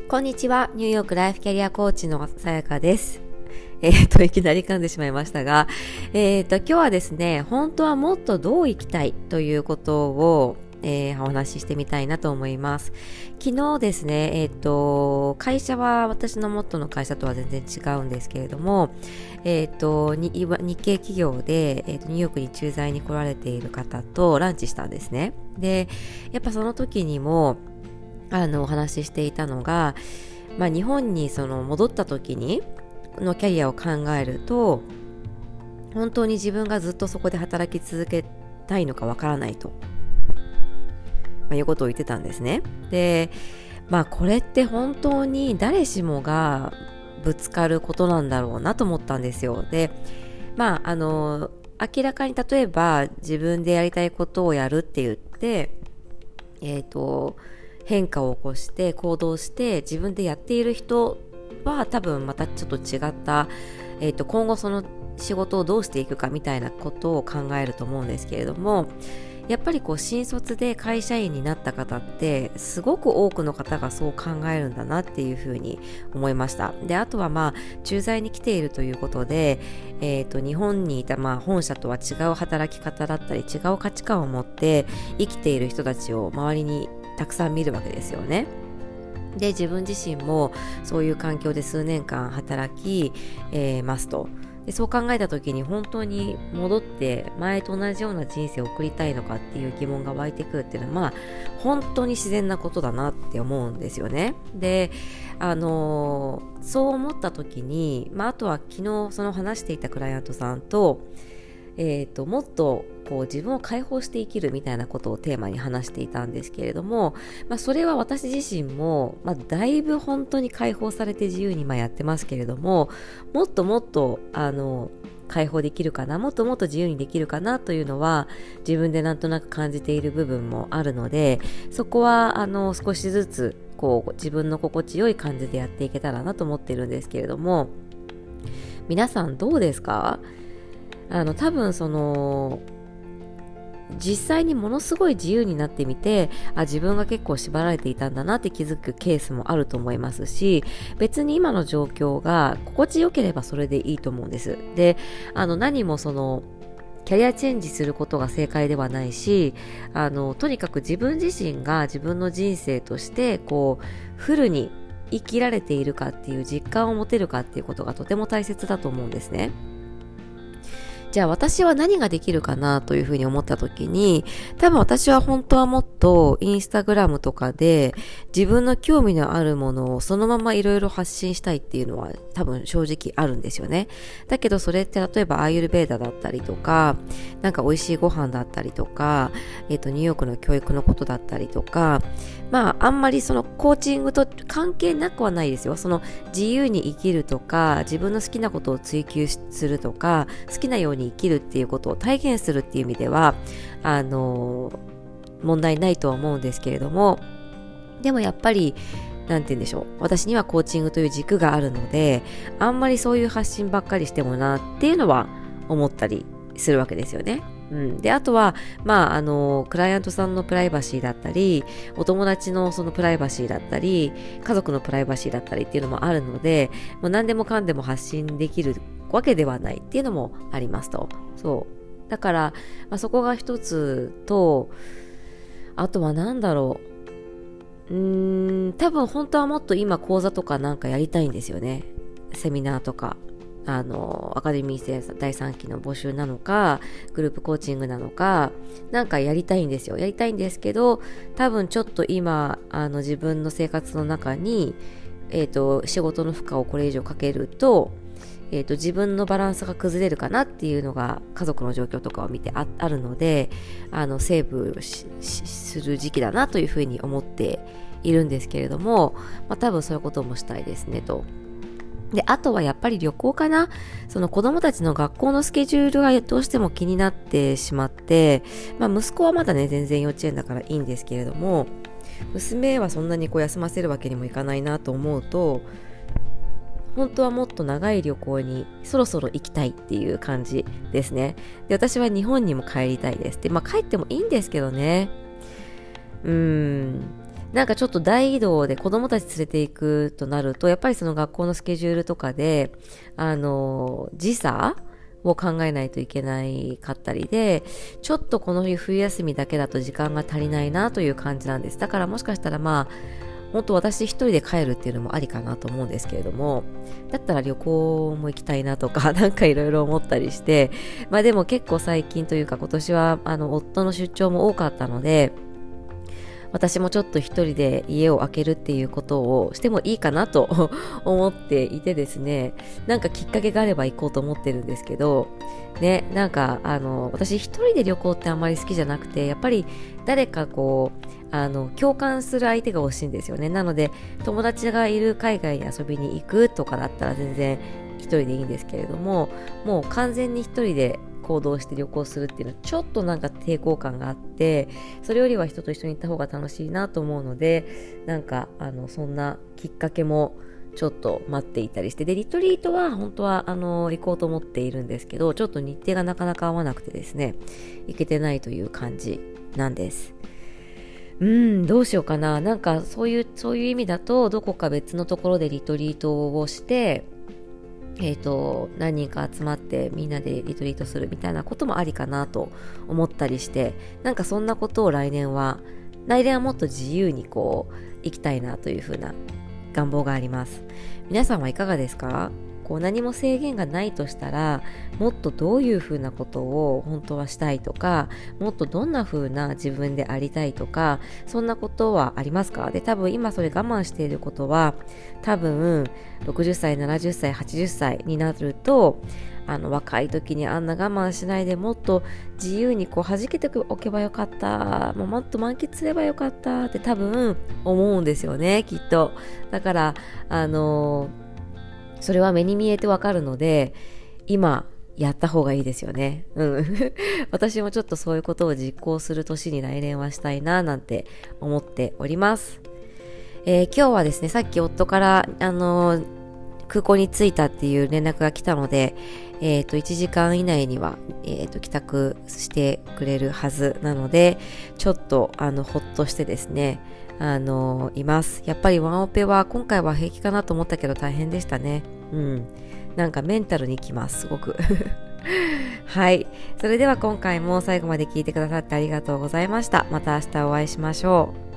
こんにちは。ニューヨークライフキャリアコーチのさやかです。いきなり噛んでしまいましたが、今日はですね、本当はもっとどう生きたいということを、お話ししてみたいなと思います。昨日ですね、会社は私の元の会社とは全然違うんですけれども、日系企業で、ニューヨークに駐在に来られている方とランチしたんですね。で、やっぱその時にも、お話ししていたのが、日本に戻った時にのキャリアを考えると、本当に自分がずっとそこで働き続けたいのかわからないと、いうことを言ってたんですね。で、これって本当に誰しもがぶつかることなんだろうなと思ったんですよ。で、明らかに例えば自分でやりたいことをやるって言って、変化を起こして行動して自分でやっている人は多分またちょっと違った、今後その仕事をどうしていくかみたいなことを考えると思うんですけれども、やっぱり新卒で会社員になった方ってすごく多くの方がそう考えるんだなっていうふうに思いました。で、あとは駐在に来ているということで、日本にいた本社とは違う働き方だったり違う価値観を持って生きている人たちを周りにたくさん見るわけですよね。で、自分自身もそういう環境で数年間働き、ますと。で、そう考えた時に本当に戻って前と同じような人生を送りたいのかっていう疑問が湧いてくるっていうのは本当に自然なことだなって思うんですよね。で、そう思った時に、あとは昨日その話していたクライアントさんともっと自分を解放して生きるみたいなことをテーマに話していたんですけれども、それは私自身も、だいぶ本当に解放されて自由にやってますけれども、もっともっと解放できるかな、もっともっと自由にできるかなというのは自分でなんとなく感じている部分もあるので、そこは少しずつ自分の心地よい感じでやっていけたらなと思っているんですけれども、皆さんどうですか？多分実際にものすごい自由になってみて、自分が結構縛られていたんだなって気づくケースもあると思いますし、別に今の状況が心地よければそれでいいと思うんです。で、何もキャリアチェンジすることが正解ではないし、とにかく自分自身が自分の人生としてフルに生きられているかっていう実感を持てるかっていうことがとても大切だと思うんですね。じゃあ私は何ができるかなというふうに思った時に、多分私は本当はもっとインスタグラムとかで自分の興味のあるものをそのままいろいろ発信したいっていうのは多分正直あるんですよね。だけどそれって例えばアーユルベーダだったりとか、なんか美味しいご飯だったりとか、ニューヨークの教育のことだったりとか、あんまりコーチングと関係なくはないですよ。自由に生きるとか、自分の好きなことを追求するとか、好きなように生きるっていうことを体現するっていう意味では問題ないとは思うんですけれども、でもやっぱりなんて言うんでしょう、私にはコーチングという軸があるので、あんまりそういう発信ばっかりしてもなっていうのは思ったりするわけですよね。で、あとは、クライアントさんのプライバシーだったり、お友達のそのプライバシーだったり、家族のプライバシーだったりっていうのもあるので、もう何でもかんでも発信できるわけではないっていうのもありますと。そう。だから、そこが一つと、あとは何だろう。多分本当はもっと今講座とかなんかやりたいんですよね。セミナーとか。アカデミー生第3期の募集なのか、グループコーチングなのか、なんかやりたいんですよ。やりたいんですけど、多分ちょっと今、自分の生活の中に、仕事の負荷をこれ以上かけると、自分のバランスが崩れるかなっていうのが家族の状況とかを見て あるので、セーブする時期だなというふうに思っているんですけれども、多分そういうこともしたいですねと。で、あとはやっぱり旅行かな。子供たちの学校のスケジュールがどうしても気になってしまって、息子はまだね、全然幼稚園だからいいんですけれども、娘はそんなに休ませるわけにもいかないなと思うと、本当はもっと長い旅行にそろそろ行きたいっていう感じですね。で、私は日本にも帰りたいです。で、帰ってもいいんですけどね。 なんかちょっと大移動で子供たち連れていくとなると、やっぱりその学校のスケジュールとかで、時差を考えないといけないかったりで、ちょっとこの冬休みだけだと時間が足りないなという感じなんです。だからもしかしたら本当私一人で帰るっていうのもありかなと思うんですけれども、だったら旅行も行きたいなとか、なんかいろいろ思ったりして、でも結構最近というか今年は夫の出張も多かったので、私もちょっと一人で家を空けるっていうことをしてもいいかなと思っていてですね、なんかきっかけがあれば行こうと思ってるんですけど、ね、なんか私一人で旅行ってあんまり好きじゃなくて、やっぱり誰か共感する相手が欲しいんですよね。なので友達がいる海外に遊びに行くとかだったら全然一人でいいんですけれども、もう完全に一人で行動して旅行するっていうのはちょっとなんか抵抗感があって、それよりは人と一緒に行った方が楽しいなと思うので、なんかそんなきっかけもちょっと待っていたりして、でリトリートは本当は行こうと思っているんですけど、ちょっと日程がなかなか合わなくてですね、行けてないという感じなんです。どうしようかな。なんかそういう意味だと、どこか別のところでリトリートをして、何人か集まってみんなでリトリートするみたいなこともありかなと思ったりして、なんかそんなことを来年はもっと自由に行きたいなというふうな願望があります。皆さんはいかがですか？何も制限がないとしたら、もっとどういうふうなことを本当はしたいとか、もっとどんなふうな自分でありたいとか、そんなことはありますか？で、多分今それ我慢していることは、多分60歳、70歳、80歳になると、若い時にあんな我慢しないでもっと自由に弾けておけばよかった、もっと満喫すればよかったって多分思うんですよね、きっと。だからそれは目に見えてわかるので、今やった方がいいですよね。私もちょっとそういうことを実行する年に来年はしたいななんて思っております。今日はですね、さっき夫から空港に着いたっていう連絡が来たので、1時間以内には、帰宅してくれるはずなので、ちょっとほっとしてですね、います。やっぱりワンオペは今回は平気かなと思ったけど大変でしたね。なんかメンタルにきます、すごく。はい。それでは今回も最後まで聞いてくださってありがとうございました。また明日お会いしましょう。